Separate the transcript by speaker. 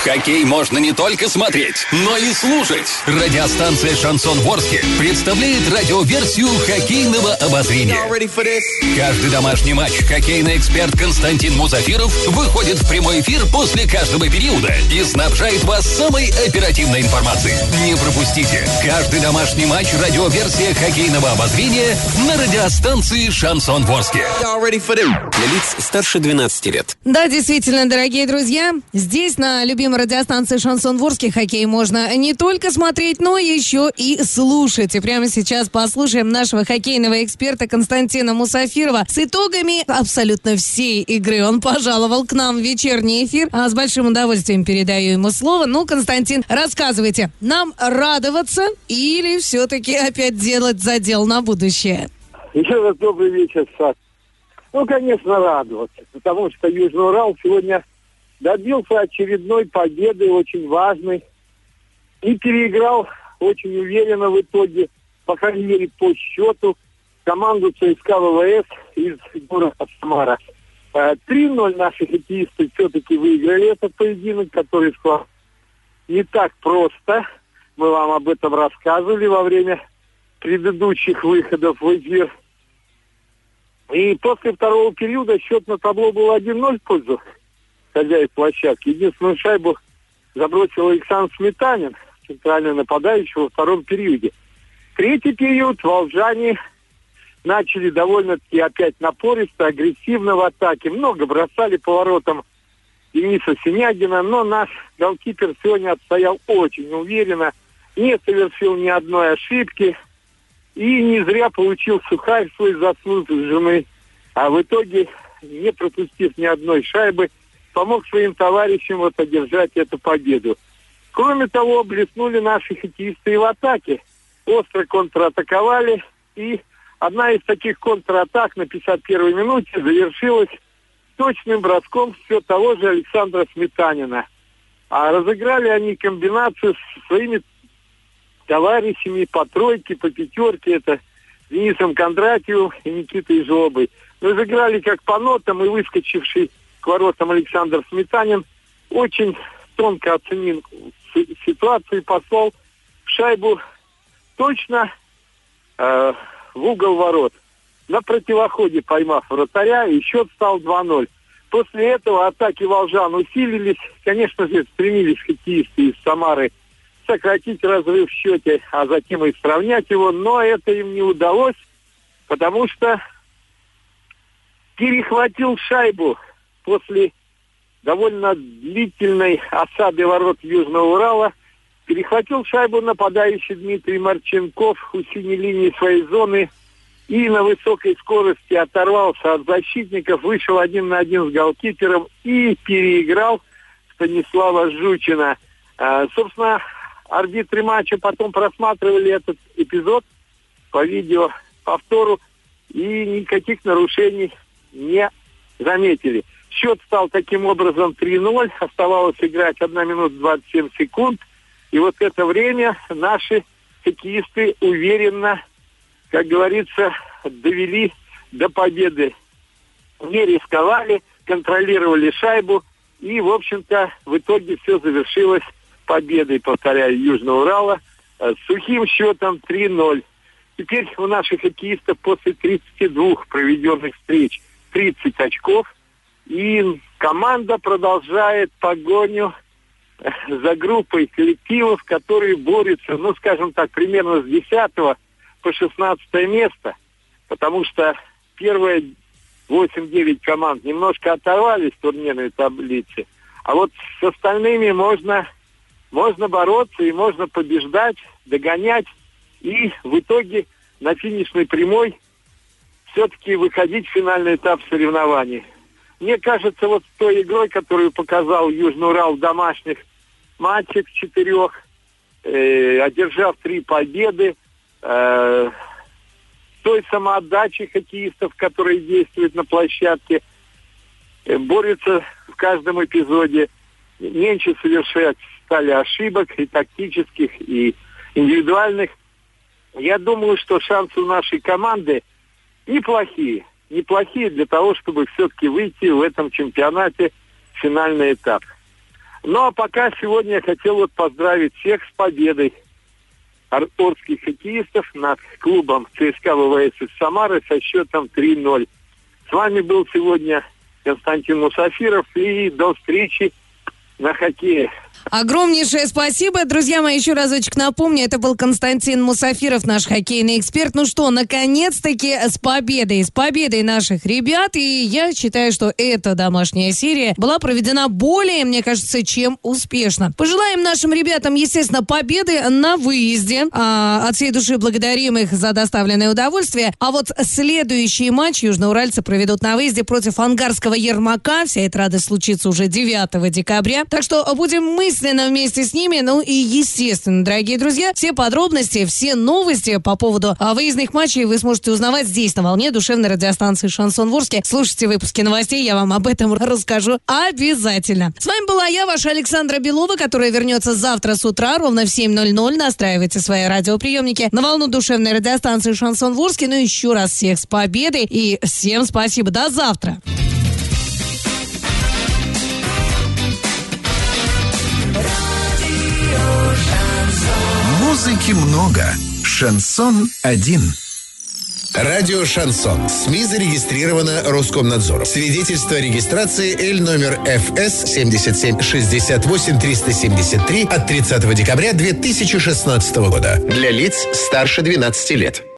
Speaker 1: Хоккей можно не только смотреть, но и слушать. Радиостанция «Шансон Ворске» представляет радиоверсию хоккейного обозрения. Каждый домашний матч хоккейный эксперт Константин Мусафиров выходит в прямой эфир после каждого периода и снабжает вас самой оперативной информацией. Не пропустите каждый домашний матч радиоверсия хоккейного обозрения на радиостанции «Шансон Ворске».
Speaker 2: Для лиц старше 12 лет.
Speaker 3: Да, действительно, дорогие друзья, здесь на любимой радиостанции «Шансон Ворске» хоккей можно не только смотреть, но еще и слушать. И прямо сейчас послушаем нашего хоккейного эксперта Константина Мусафирова с итогами абсолютно всей игры. Он пожаловал к нам в вечерний эфир. С большим удовольствием передаю ему слово. Ну, Константин, рассказывайте, нам радоваться или все-таки опять делать задел на будущее?
Speaker 4: Еще раз добрый вечер, Саш. Ну, конечно, радоваться, потому что Южный Урал сегодня добился очередной победы, очень важной, и переиграл очень уверенно в итоге, по крайней мере, по счету, команду ЦСКА ВВС из города Самара. 3-0 наши хоккеисты все-таки выиграли этот поединок, который шел не так просто. Мы вам об этом рассказывали во время предыдущих выходов в эфир. И после второго периода счет на табло был 1-0 в пользу хозяев площадки. Единственную шайбу забросил Александр Сметанин, центральный нападающий, во втором периоде. Третий период волжане начали довольно-таки опять напористо, агрессивно в атаке. Много бросали по воротам Дениса Синягина, но наш голкипер сегодня отстоял очень уверенно, не совершил ни одной ошибки и не зря получил сухарь свой заслуженный, а в итоге, не пропустив ни одной шайбы, помог своим товарищам одержать эту победу. Кроме того, блеснули наши хоккеисты и в атаке. Остро контратаковали, и одна из таких контратак на 51-й минуте завершилась точным броском все того же Александра Сметанина. А разыграли они комбинацию с своими товарищами по тройке, по пятерке. Это Денисом Кондратьевым и Никитой Жлобой. Разыграли как по нотам, и выскочивший к воротам Александр Сметанин очень тонко оценил ситуацию и послал шайбу точно в угол ворот. На противоходе поймав вратаря, и счет стал 2-0. После этого атаки волжан усилились. Конечно же, стремились хоккеисты из Самары сократить разрыв в счете, а затем и сравнять его, но это им не удалось, потому что перехватил шайбу после довольно длительной осады ворот Южного Урала, перехватил шайбу нападающий Дмитрий Марченков у синей линии своей зоны и на высокой скорости оторвался от защитников, вышел 1 на 1 с голкипером и переиграл Станислава Жучина. Собственно, арбитры матча потом просматривали этот эпизод по видеоповтору и никаких нарушений не заметили. Счет стал таким образом 3-0, оставалось играть 1 минута 27 секунд. И вот это время наши хоккеисты уверенно, как говорится, довели до победы. Не рисковали, контролировали шайбу. И, в общем-то, в итоге все завершилось победой, повторяю, Южного Урала с сухим счетом 3-0. Теперь у наших хоккеистов после 32 проведенных встреч 30 очков. И команда продолжает погоню за группой коллективов, которые борются, ну, скажем так, примерно с 10 по 16 место. Потому что первые 8-9 команд немножко оторвались в турнирной таблице. А вот с остальными можно бороться и можно побеждать, догонять. И в итоге на финишной прямой все-таки выходить в финальный этап соревнований. Мне кажется, вот с той игрой, которую показал Южный Урал в домашних матчах 4, одержав 3 победы, той самоотдачей хоккеистов, которые действуют на площадке, борются в каждом эпизоде, меньше совершать стали ошибок и тактических, и индивидуальных. Я думаю, что шансы у нашей команды неплохие для того, чтобы все-таки выйти в этом чемпионате в финальный этап. Ну, а пока сегодня я хотел вот поздравить всех с победой орских хоккеистов над клубом ЦСКА ВВС из Самары со счетом 3-0. С вами был сегодня Константин Мусафиров, и до встречи на хоккее.
Speaker 3: Огромнейшее спасибо. Друзья мои, еще разочек напомню, это был Константин Мусафиров, наш хоккейный эксперт. Ну что, наконец-таки с победой наших ребят. И я считаю, что эта домашняя серия была проведена более, мне кажется, чем успешно. Пожелаем нашим ребятам, естественно, победы на выезде. От всей души благодарим их за доставленное удовольствие. А вот следующий матч южноуральцы проведут на выезде против Ангарского Ермака. Вся эта радость случится уже 9 декабря. Так что будем мысленно вместе с ними. Ну и, естественно, дорогие друзья, все подробности, все новости по поводу выездных матчей вы сможете узнавать здесь, на волне душевной радиостанции «Шансон Ворске». Слушайте выпуски новостей, я вам об этом расскажу обязательно. С вами была я, ваша Александра Белова, которая вернется завтра с утра ровно в 7:00. Настраивайте свои радиоприемники на волну душевной радиостанции «Шансон Ворске». Ну еще раз всех с победой и всем спасибо. До завтра.
Speaker 5: Музыки много. Шансон один.
Speaker 6: Радио «Шансон». СМИ зарегистрировано Роскомнадзором. Свидетельство о регистрации Л номер ФС 77-68-373 от 30 декабря 2016 года. Для лиц старше 12 лет.